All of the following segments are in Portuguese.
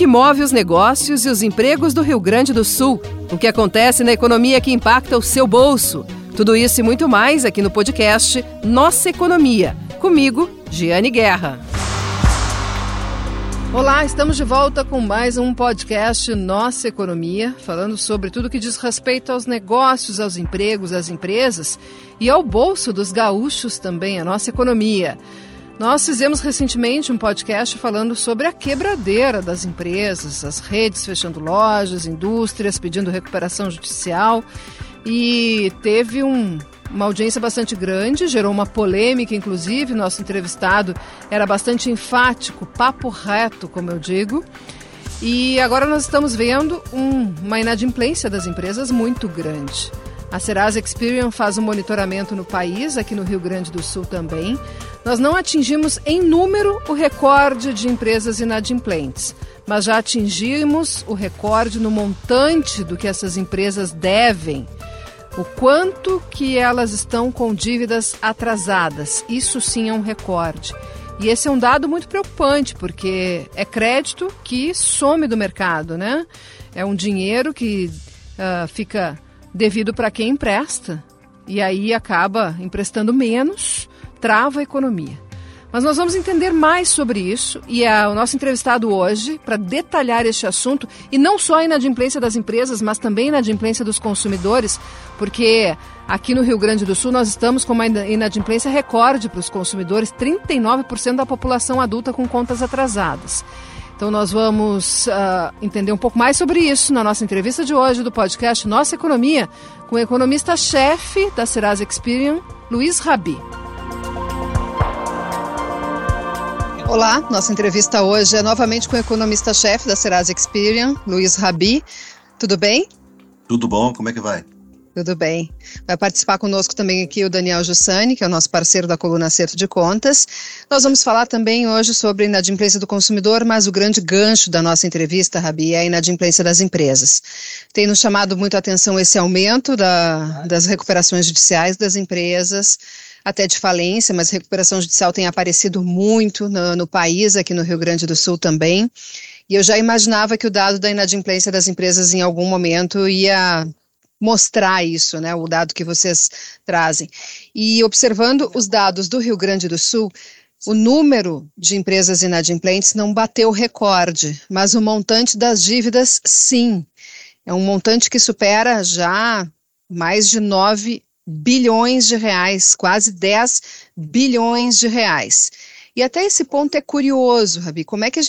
que move os negócios e os empregos do Rio Grande do Sul. O que acontece na economia que impacta o seu bolso. Tudo isso e muito mais aqui no podcast Nossa Economia. Comigo, Giane Guerra. Olá, estamos de volta com mais um podcast Nossa Economia, falando sobre tudo que diz respeito aos negócios, aos empregos, às empresas e ao bolso dos gaúchos também, a nossa economia. Nós fizemos recentemente um podcast falando sobre a quebradeira das empresas, as redes fechando lojas, indústrias pedindo recuperação judicial e teve uma audiência bastante grande, gerou uma polêmica, inclusive, nosso entrevistado era bastante enfático, papo reto, como eu digo. E agora nós estamos vendo uma inadimplência das empresas muito grande. A Serasa Experian faz um monitoramento no país, aqui no Rio Grande do Sul também. Nós não atingimos em número o recorde de empresas inadimplentes, mas já atingimos o recorde no montante do que essas empresas devem. O quanto que elas estão com dívidas atrasadas. Isso sim é um recorde. E esse é um dado muito preocupante, porque é crédito que some do mercado, né? É um dinheiro que fica devido para quem empresta e aí acaba emprestando menos, trava a economia. Mas nós vamos entender mais sobre isso e o nosso entrevistado hoje, para detalhar este assunto, e não só a inadimplência das empresas, mas também a inadimplência dos consumidores, porque aqui no Rio Grande do Sul nós estamos com uma inadimplência recorde para os consumidores, 39% da população adulta com contas atrasadas. Então nós vamos entender um pouco mais sobre isso na nossa entrevista de hoje do podcast Nossa Economia, com o economista-chefe da Serasa Experian, Luiz Rabi. Olá, nossa entrevista hoje é novamente com o economista-chefe da Serasa Experian, Luiz Rabi. Tudo bem? Tudo bom, como é que vai? Tudo bem. Vai participar conosco também aqui o Daniel Giussani, que é o nosso parceiro da coluna Acerto de Contas. Nós vamos falar também hoje sobre a inadimplência do consumidor, mas o grande gancho da nossa entrevista, Rabi, é a inadimplência das empresas. Tem nos chamado muito a atenção esse aumento das recuperações judiciais das empresas, até de falência, mas recuperação judicial tem aparecido muito no país, aqui no Rio Grande do Sul também. E eu já imaginava que o dado da inadimplência das empresas em algum momento ia mostrar isso, né, o dado que vocês trazem. E observando os dados do Rio Grande do Sul, o número de empresas inadimplentes não bateu o recorde, mas o montante das dívidas, sim. É um montante que supera já mais de 9 bilhões de reais, quase 10 bilhões de reais. E até esse ponto é curioso, Rabi, como é que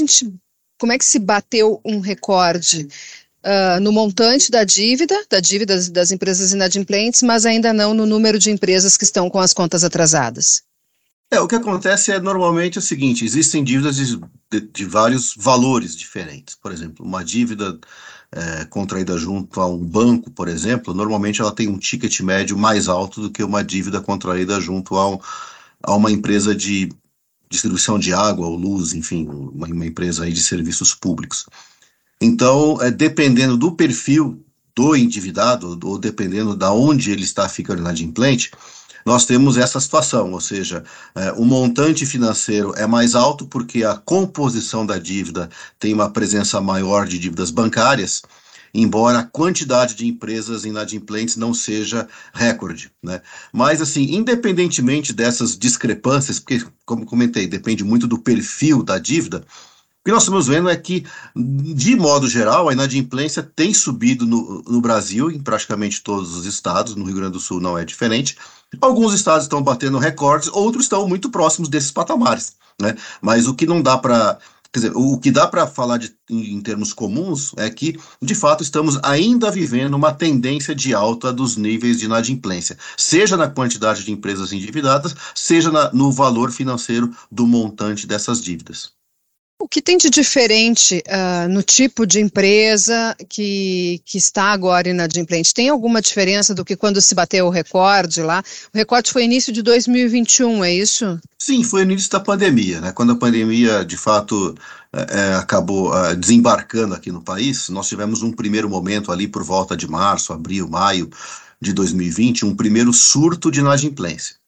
se bateu um recorde no montante da dívida das empresas inadimplentes, mas ainda não no número de empresas que estão com as contas atrasadas? O que acontece é normalmente o seguinte, existem dívidas de vários valores diferentes. Por exemplo, uma dívida contraída junto a um banco, por exemplo, normalmente ela tem um ticket médio mais alto do que uma dívida contraída junto a uma empresa de distribuição de água ou luz, enfim, uma empresa aí de serviços públicos. Então, dependendo do perfil do endividado, ou dependendo de onde ele está ficando inadimplente, nós temos essa situação, ou seja, o montante financeiro é mais alto porque a composição da dívida tem uma presença maior de dívidas bancárias, embora a quantidade de empresas inadimplentes não seja recorde, né? Mas, assim, independentemente dessas discrepâncias, porque, como comentei, depende muito do perfil da dívida, o que nós estamos vendo é que, de modo geral, a inadimplência tem subido no Brasil, em praticamente todos os estados, no Rio Grande do Sul não é diferente. Alguns estados estão batendo recordes, outros estão muito próximos desses patamares, né? Mas o que não dá para... Quer dizer, o que dá para falar em termos comuns é que, de fato, estamos ainda vivendo uma tendência de alta dos níveis de inadimplência, seja na quantidade de empresas endividadas, seja no valor financeiro do montante dessas dívidas. O que tem de diferente no tipo de empresa que está agora inadimplente? Tem alguma diferença do que quando se bateu o recorde lá? O recorde foi início de 2021, é isso? Sim, foi no início da pandemia, né? Quando a pandemia, de fato, acabou desembarcando aqui no país, nós tivemos um primeiro momento ali por volta de março, abril, maio de 2020, um primeiro surto de inadimplência.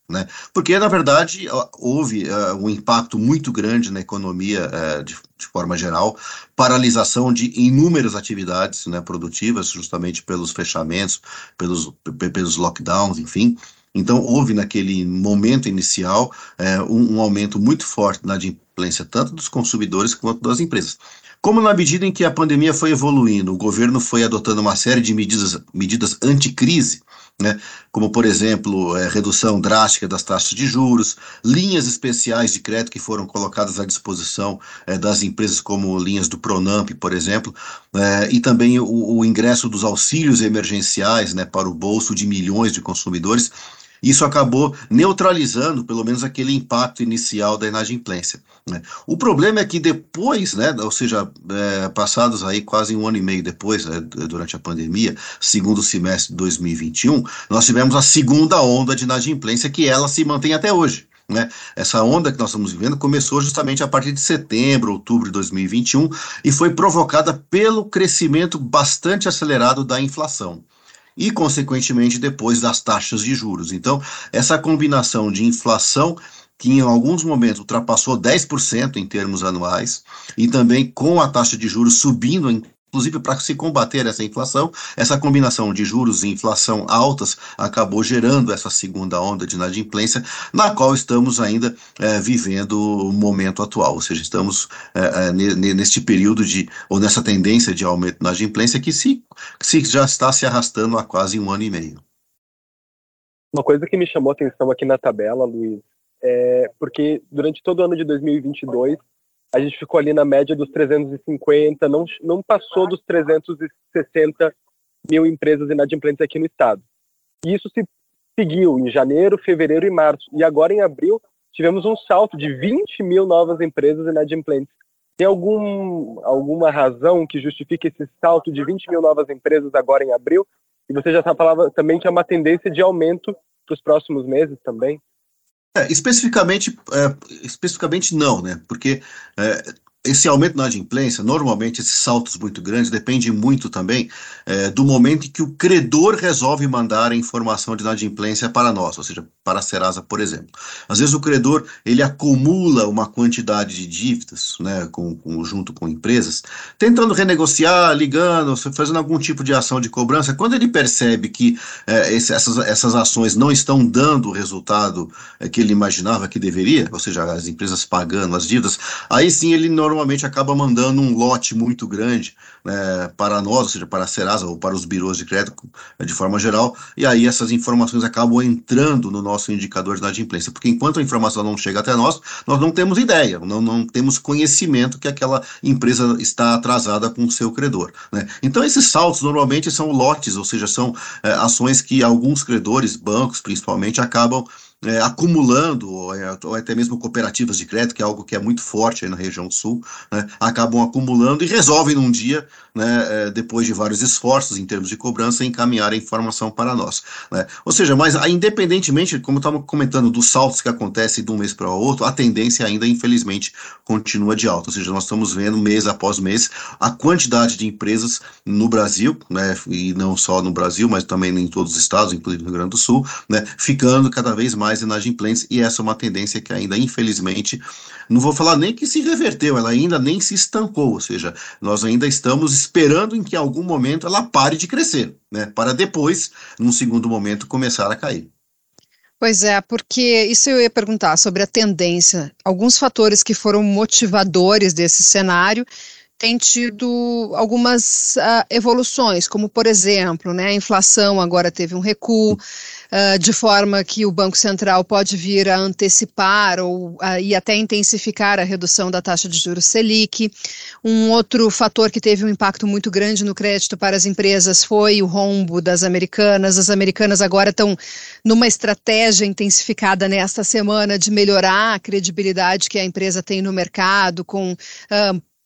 né? Porque, na verdade, houve um impacto muito grande na economia de forma geral, paralisação de inúmeras atividades, né, produtivas, justamente pelos fechamentos, pelos lockdowns, enfim. Então, houve naquele momento inicial um aumento muito forte na inadimplência, tanto dos consumidores quanto das empresas. Como na medida em que a pandemia foi evoluindo, o governo foi adotando uma série de medidas anticrise, né, como, por exemplo, redução drástica das taxas de juros, linhas especiais de crédito que foram colocadas à disposição das empresas, como linhas do Pronamp, por exemplo, e também o ingresso dos auxílios emergenciais, né, para o bolso de milhões de consumidores. Isso acabou neutralizando, pelo menos, aquele impacto inicial da inadimplência, né? O problema é que depois, né, ou seja, passados aí quase 1 ano e meio depois, durante a pandemia, segundo semestre de 2021, nós tivemos a segunda onda de inadimplência, que ela se mantém até hoje, né? Essa onda que nós estamos vivendo começou justamente a partir de setembro, outubro de 2021 e foi provocada pelo crescimento bastante acelerado da inflação e, consequentemente, depois das taxas de juros. Então, essa combinação de inflação, que em alguns momentos ultrapassou 10% em termos anuais, e também com a taxa de juros subindo, inclusive para se combater essa inflação, essa combinação de juros e inflação altas acabou gerando essa segunda onda de inadimplência, na qual estamos ainda vivendo o momento atual, ou seja, estamos neste período ou nessa tendência de aumento da inadimplência que já está se arrastando há quase 1 ano e meio. Uma coisa que me chamou a atenção aqui na tabela, Luiz, é porque durante todo o ano de 2022, a gente ficou ali na média dos 350, não passou dos 360 mil empresas inadimplentes aqui no estado. E isso se seguiu em janeiro, fevereiro e março. E agora, em abril, tivemos um salto de 20 mil novas empresas inadimplentes. Tem alguma razão que justifique esse salto de 20 mil novas empresas agora em abril? E você já falava também que é uma tendência de aumento para os próximos meses também? Especificamente não, né? Porque esse aumento na inadimplência, normalmente esses saltos muito grandes, dependem muito também do momento em que o credor resolve mandar a informação de inadimplência para nós, ou seja, para a Serasa, por exemplo. Às vezes o credor, ele acumula uma quantidade de dívidas, né, junto com empresas, tentando renegociar, ligando, fazendo algum tipo de ação de cobrança. Quando ele percebe que essas ações não estão dando o resultado que ele imaginava que deveria, ou seja, as empresas pagando as dívidas, aí sim ele normalmente acaba mandando um lote muito grande para nós, ou seja, para a Serasa ou para os birôs de crédito de forma geral, e aí essas informações acabam entrando no nosso indicador de inadimplência, porque enquanto a informação não chega até nós não temos ideia, não temos conhecimento que aquela empresa está atrasada com o seu credor, né? Então esses saltos normalmente são lotes, ou seja, são ações que alguns credores, bancos principalmente, acabam acumulando, ou até mesmo cooperativas de crédito, que é algo que é muito forte aí na região sul, né, acabam acumulando e resolvem num dia, né, depois de vários esforços em termos de cobrança, encaminhar a informação para nós, né? Ou seja, mas independentemente, como estamos comentando, dos saltos que acontecem de um mês para o outro, a tendência ainda, infelizmente, continua de alta, ou seja, nós estamos vendo mês após mês a quantidade de empresas no Brasil, né, e não só no Brasil, mas também em todos os estados, inclusive no Rio Grande do Sul, né, ficando cada vez mais inadimplentes, e essa é uma tendência que ainda, infelizmente, não vou falar nem que se reverteu, ela ainda nem se estancou, ou seja, nós ainda estamos esperando em que em algum momento ela pare de crescer, né, para depois, num segundo momento, começar a cair. Pois é, porque isso eu ia perguntar sobre a tendência. Alguns fatores que foram motivadores desse cenário têm tido algumas evoluções, como, por exemplo, né, a inflação agora teve um recuo, de forma que o Banco Central pode vir a antecipar e até intensificar a redução da taxa de juros Selic. Um outro fator que teve um impacto muito grande no crédito para as empresas foi o rombo das Americanas. As Americanas agora estão numa estratégia intensificada nesta semana de melhorar a credibilidade que a empresa tem no mercado, com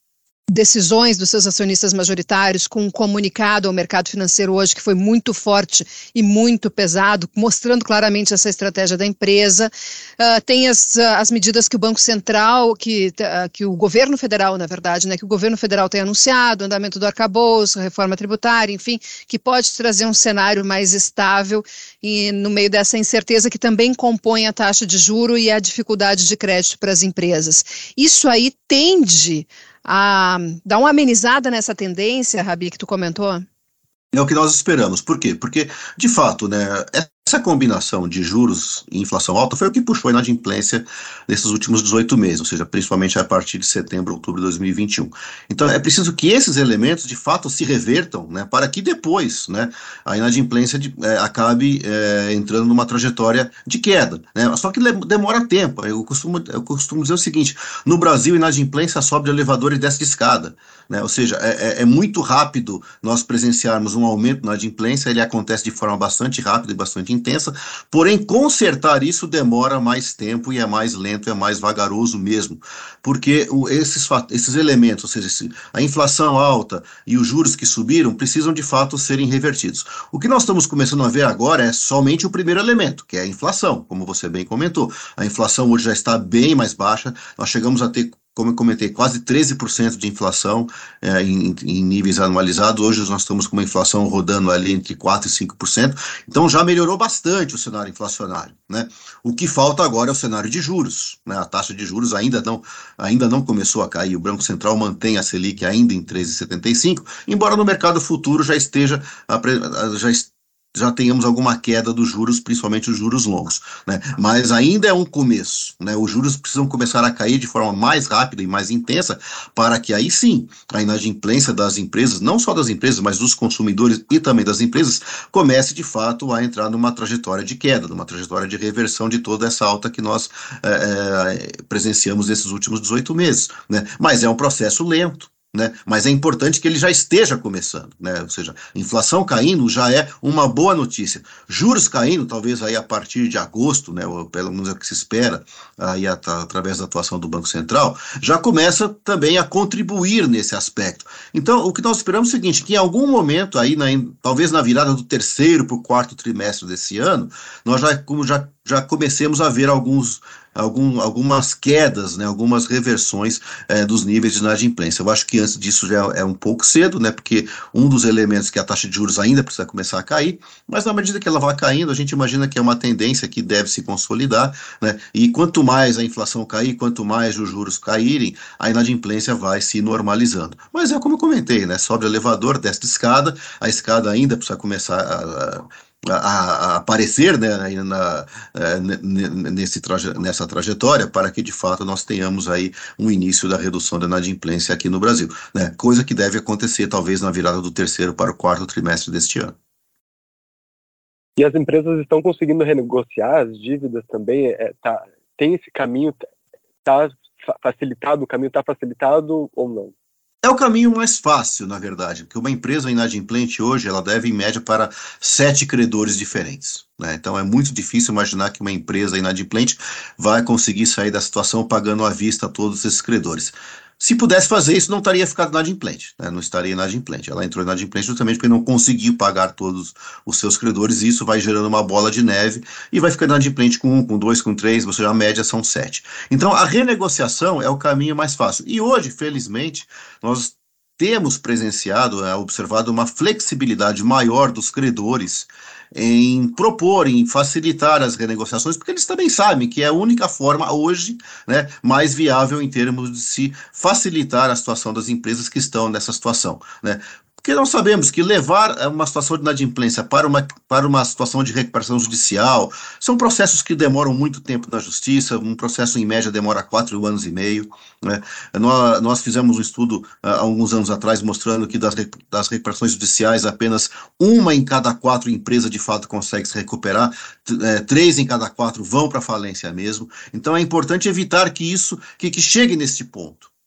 decisões dos seus acionistas majoritários, com um comunicado ao mercado financeiro hoje que foi muito forte e muito pesado, mostrando claramente essa estratégia da empresa. Tem as medidas que o Banco Central, que o governo federal, na verdade, né, que o governo federal tem anunciado, andamento do arcabouço, reforma tributária, enfim, que pode trazer um cenário mais estável e no meio dessa incerteza que também compõe a taxa de juro e a dificuldade de crédito para as empresas. Isso aí tende a dar uma amenizada nessa tendência, Rabi, que tu comentou? É o que nós esperamos. Por quê? Porque, de fato, né, essa combinação de juros e inflação alta foi o que puxou a inadimplência nesses últimos 18 meses, ou seja, principalmente a partir de setembro, outubro de 2021. Então, é preciso que esses elementos, de fato, se revertam, né, para que depois, né, a inadimplência acabe entrando numa trajetória de queda, né, só que demora tempo. Eu costumo dizer o seguinte: no Brasil, a inadimplência sobe de elevador e desce de escada, né, ou seja, é muito rápido nós presenciarmos um aumento na inadimplência, ele acontece de forma bastante rápida e bastante intensa, porém consertar isso demora mais tempo e é mais lento, é mais vagaroso mesmo, porque esses elementos, ou seja, a inflação alta e os juros que subiram precisam de fato serem revertidos. O que nós estamos começando a ver agora é somente o primeiro elemento, que é a inflação, como você bem comentou. A inflação hoje já está bem mais baixa, nós chegamos a ter, como eu comentei, quase 13% de inflação em níveis anualizados. Hoje nós estamos com uma inflação rodando ali entre 4% e 5%, então já melhorou bastante o cenário inflacionário, né? O que falta agora é o cenário de juros, né? A taxa de juros ainda não começou a cair, o Banco Central mantém a Selic ainda em 13,75, embora no mercado futuro já tenhamos alguma queda dos juros, principalmente os juros longos, né? Mas ainda é um começo, né? Os juros precisam começar a cair de forma mais rápida e mais intensa para que aí sim a inadimplência das empresas, não só das empresas, mas dos consumidores e também das empresas, comece de fato a entrar numa trajetória de queda, numa trajetória de reversão de toda essa alta que nós presenciamos nesses últimos 18 meses, né? Mas é um processo lento, né? Mas é importante que ele já esteja começando, né? Ou seja, inflação caindo já é uma boa notícia. Juros caindo, talvez aí a partir de agosto, né? Ou pelo menos é o que se espera, aí através da atuação do Banco Central, já começa também a contribuir nesse aspecto. Então, o que nós esperamos é o seguinte: que em algum momento aí, talvez na virada do terceiro para o quarto trimestre desse ano, nós já comecemos a ver algumas quedas, né, algumas reversões dos níveis de inadimplência. Eu acho que antes disso já é um pouco cedo, né, porque um dos elementos que a taxa de juros ainda precisa começar a cair, mas na medida que ela vai caindo, a gente imagina que é uma tendência que deve se consolidar, né, e quanto mais a inflação cair, quanto mais os juros caírem, a inadimplência vai se normalizando. Mas é como eu comentei, né, sobe o elevador, desce de escada, a escada ainda precisa começar a aparecer, né, nessa trajetória, para que de fato nós tenhamos aí um início da redução da inadimplência aqui no Brasil, né, coisa que deve acontecer talvez na virada do terceiro para o quarto trimestre deste ano. E as empresas estão conseguindo renegociar as dívidas também? Tem esse caminho, está facilitado, o caminho está facilitado ou não? É o caminho mais fácil, na verdade, porque uma empresa inadimplente hoje, ela deve em média para 7 credores diferentes, né? Então é muito difícil imaginar que uma empresa inadimplente vai conseguir sair da situação pagando à vista todos esses credores. Se pudesse fazer isso, não estaria ficado inadimplente, né? Não estaria inadimplente. Ela entrou inadimplente justamente porque não conseguiu pagar todos os seus credores, e isso vai gerando uma bola de neve e vai ficando inadimplente com 1, com 2, com 3, ou seja, a média são 7. Então, a renegociação é o caminho mais fácil. E hoje, felizmente, nós temos presenciado, observado uma flexibilidade maior dos credores em propor, em facilitar as renegociações, porque eles também sabem que é a única forma hoje, né, mais viável em termos de se facilitar a situação das empresas que estão nessa situação, né? Porque nós sabemos que levar uma situação de inadimplência para uma situação de recuperação judicial são processos que demoram muito tempo na justiça. Um processo em média demora 4 anos e meio, né? Nós fizemos um estudo há alguns anos atrás mostrando que das recuperações judiciais apenas 1 em cada 4 empresas de fato consegue se recuperar, 3 em cada 4 vão para a falência mesmo. Então é importante evitar que chegue nesse ponto,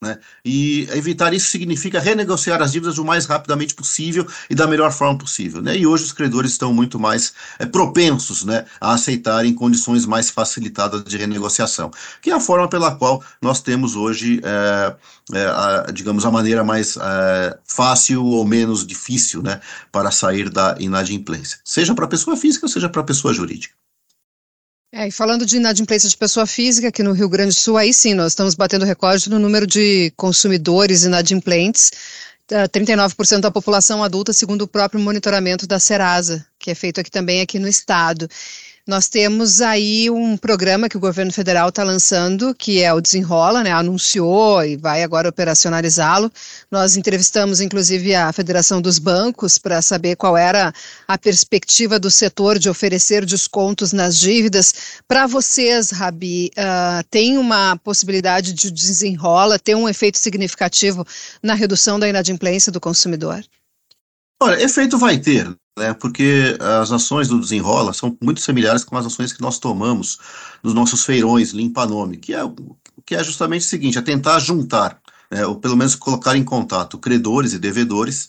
né? E evitar isso significa renegociar as dívidas o mais rapidamente possível e da melhor forma possível, né? E hoje os credores estão muito mais propensos, né, a aceitarem condições mais facilitadas de renegociação, que é a forma pela qual nós temos hoje, digamos, a maneira mais fácil ou menos difícil, né, para sair da inadimplência, seja para pessoa física, seja para pessoa jurídica. E falando de inadimplência de pessoa física, aqui no Rio Grande do Sul, aí sim, nós estamos batendo recorde no número de consumidores inadimplentes, 39% da população adulta, segundo o próprio monitoramento da Serasa, que é feito aqui no estado. Nós temos aí um programa que o governo federal está lançando, que é o Desenrola, né? Anunciou e vai agora operacionalizá-lo. Nós entrevistamos, inclusive, a Federação dos Bancos para saber qual era a perspectiva do setor de oferecer descontos nas dívidas. Para vocês, Rabi, tem uma possibilidade de Desenrola ter um efeito significativo na redução da inadimplência do consumidor? Olha, efeito vai ter, né, porque as ações do Desenrola são muito similares com as ações que nós tomamos nos nossos feirões limpa-nome, que é justamente o seguinte, é tentar juntar, ou pelo menos colocar em contato credores e devedores,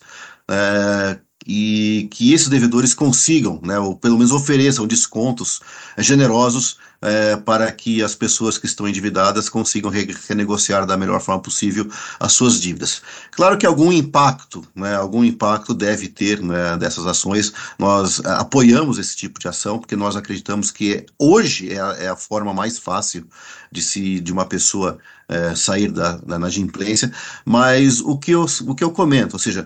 e que esses devedores consigam, né, ou pelo menos ofereçam descontos generosos para que as pessoas que estão endividadas consigam renegociar da melhor forma possível as suas dívidas. Claro que algum impacto deve ter, né, dessas ações. Nós apoiamos esse tipo de ação porque nós acreditamos que hoje é a forma mais fácil de uma pessoa sair da inadimplência, mas o que eu comento, ou seja,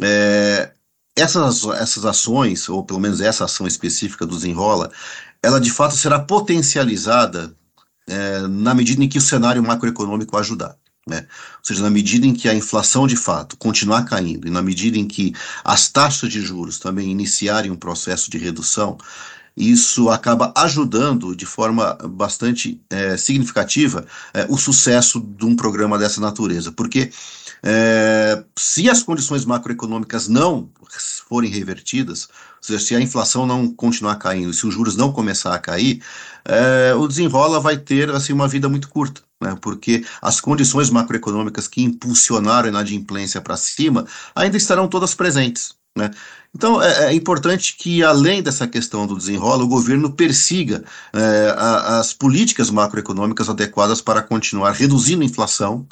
essas ações, ou pelo menos essa ação específica do Desenrola, ela de fato será potencializada na medida em que o cenário macroeconômico ajudar, né? Ou seja, na medida em que a inflação de fato continuar caindo e na medida em que as taxas de juros também iniciarem um processo de redução, isso acaba ajudando de forma bastante significativa o sucesso de um programa dessa natureza, porque se as condições macroeconômicas não forem revertidas, ou seja, se a inflação não continuar caindo, se os juros não começar a cair, o Desenrola vai ter assim, uma vida muito curta, né, porque as condições macroeconômicas que impulsionaram a inadimplência para cima ainda estarão todas presentes, né? Então é importante que, além dessa questão do Desenrola, o governo persiga as políticas macroeconômicas adequadas para continuar reduzindo a inflação,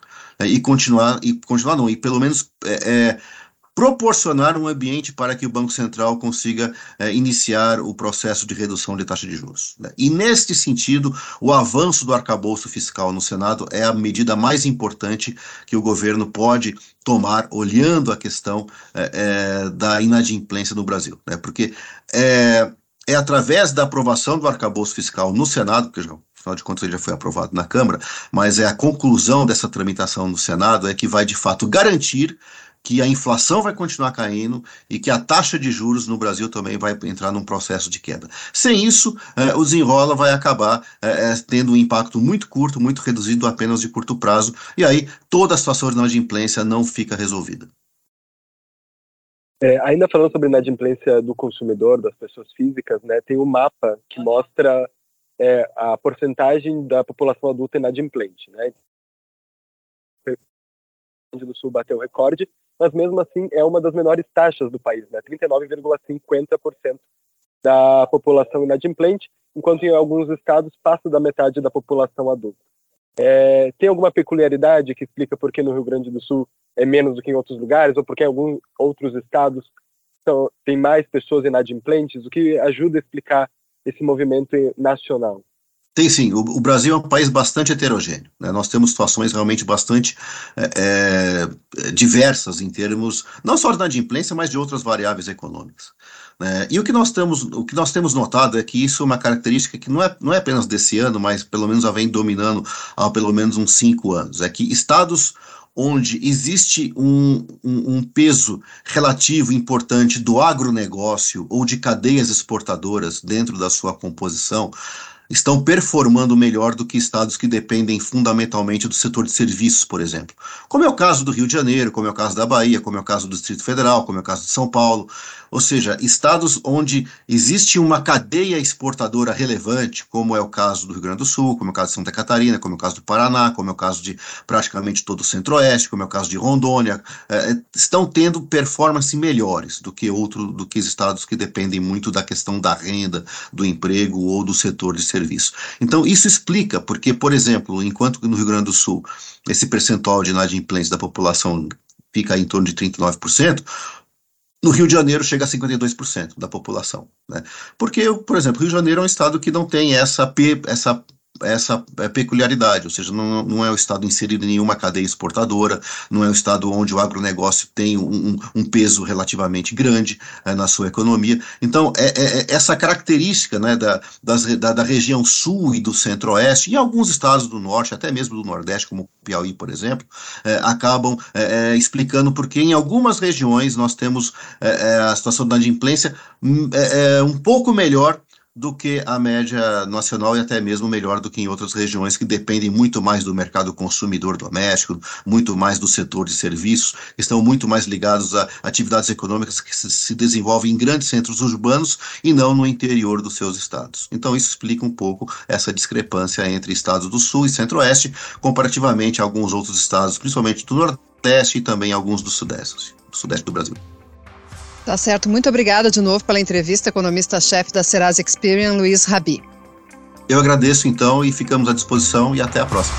e pelo menos proporcionar um ambiente para que o Banco Central consiga iniciar o processo de redução de taxa de juros, né? E neste sentido, o avanço do arcabouço fiscal no Senado é a medida mais importante que o governo pode tomar, olhando a questão da inadimplência no Brasil, né? Porque é através da aprovação do arcabouço fiscal no Senado, que afinal de contas ele já foi aprovado na Câmara, mas a conclusão dessa tramitação no Senado que vai de fato garantir que a inflação vai continuar caindo e que a taxa de juros no Brasil também vai entrar num processo de queda. Sem isso, o Desenrola vai acabar tendo um impacto muito curto, muito reduzido, apenas de curto prazo, e aí toda a situação de inadimplência não fica resolvida. Ainda falando sobre inadimplência do consumidor, das pessoas físicas, né, tem um mapa que mostra a porcentagem da população adulta inadimplente, né? O Rio Grande do Sul bateu o recorde, mas mesmo assim é uma das menores taxas do país, né? 39,50% da população inadimplente, enquanto em alguns estados passa da metade da população adulta. Tem alguma peculiaridade que explica por que no Rio Grande do Sul é menos do que em outros lugares, ou porque em alguns outros estados tem mais pessoas inadimplentes? O que ajuda a explicar esse movimento nacional? Tem sim, o Brasil é um país bastante heterogêneo, né? Nós temos situações realmente bastante diversas em termos, não só de inadimplência, mas de outras variáveis econômicas, né? E o que nós temos notado é que isso é uma característica que não é apenas desse ano, mas pelo menos já vem dominando há pelo menos uns 5 anos, é que estados onde existe um peso relativo importante do agronegócio ou de cadeias exportadoras dentro da sua composição, estão performando melhor do que estados que dependem fundamentalmente do setor de serviços, por exemplo. Como é o caso do Rio de Janeiro, como é o caso da Bahia, como é o caso do Distrito Federal, como é o caso de São Paulo. Ou seja, estados onde existe uma cadeia exportadora relevante, como é o caso do Rio Grande do Sul, como é o caso de Santa Catarina, como é o caso do Paraná, como é o caso de praticamente todo o Centro-Oeste, como é o caso de Rondônia, estão tendo performance melhores do que os estados que dependem muito da questão da renda, do emprego ou do setor de serviço. Então, isso explica porque, por exemplo, enquanto que no Rio Grande do Sul esse percentual de inadimplência da população fica em torno de 39%, no Rio de Janeiro chega a 52% da população, né? Porque, por exemplo, o Rio de Janeiro é um estado que não tem essa peculiaridade, ou seja, não é um estado inserido em nenhuma cadeia exportadora, não é um estado onde o agronegócio tem um peso relativamente grande na sua economia. Então, essa característica, né, da região sul e do centro-oeste, e alguns estados do norte, até mesmo do nordeste, como Piauí, por exemplo, acabam explicando porque em algumas regiões nós temos a situação da inadimplência um pouco melhor do que a média nacional e até mesmo melhor do que em outras regiões que dependem muito mais do mercado consumidor doméstico, muito mais do setor de serviços, estão muito mais ligados a atividades econômicas que se desenvolvem em grandes centros urbanos e não no interior dos seus estados. Então isso explica um pouco essa discrepância entre estados do Sul e Centro-Oeste, comparativamente a alguns outros estados, principalmente do Nordeste e também alguns do Sudeste do Brasil. Tá certo, muito obrigada de novo pela entrevista, economista-chefe da Serasa Experian, Luiz Rabi. Eu agradeço então e ficamos à disposição e até a próxima.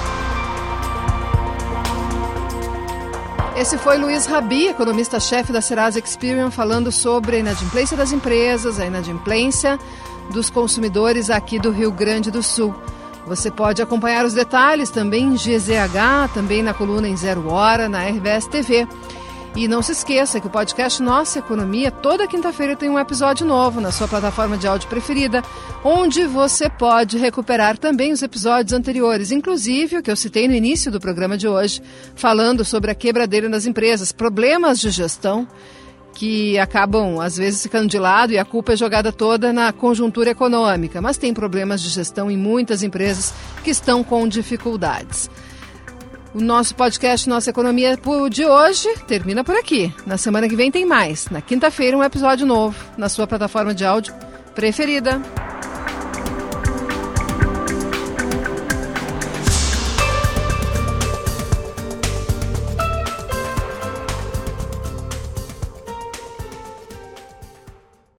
Esse foi Luiz Rabi, economista-chefe da Serasa Experian, falando sobre a inadimplência das empresas, a inadimplência dos consumidores aqui do Rio Grande do Sul. Você pode acompanhar os detalhes também em GZH, também na coluna em 0 Hora, na RBS TV. E não se esqueça que o podcast Nossa Economia, toda quinta-feira tem um episódio novo na sua plataforma de áudio preferida, onde você pode recuperar também os episódios anteriores, inclusive o que eu citei no início do programa de hoje, falando sobre a quebradeira das empresas, problemas de gestão que acabam, às vezes, ficando de lado e a culpa é jogada toda na conjuntura econômica, mas tem problemas de gestão em muitas empresas que estão com dificuldades. O nosso podcast Nossa Economia de hoje termina por aqui. Na semana que vem tem mais. Na quinta-feira um episódio novo na sua plataforma de áudio preferida.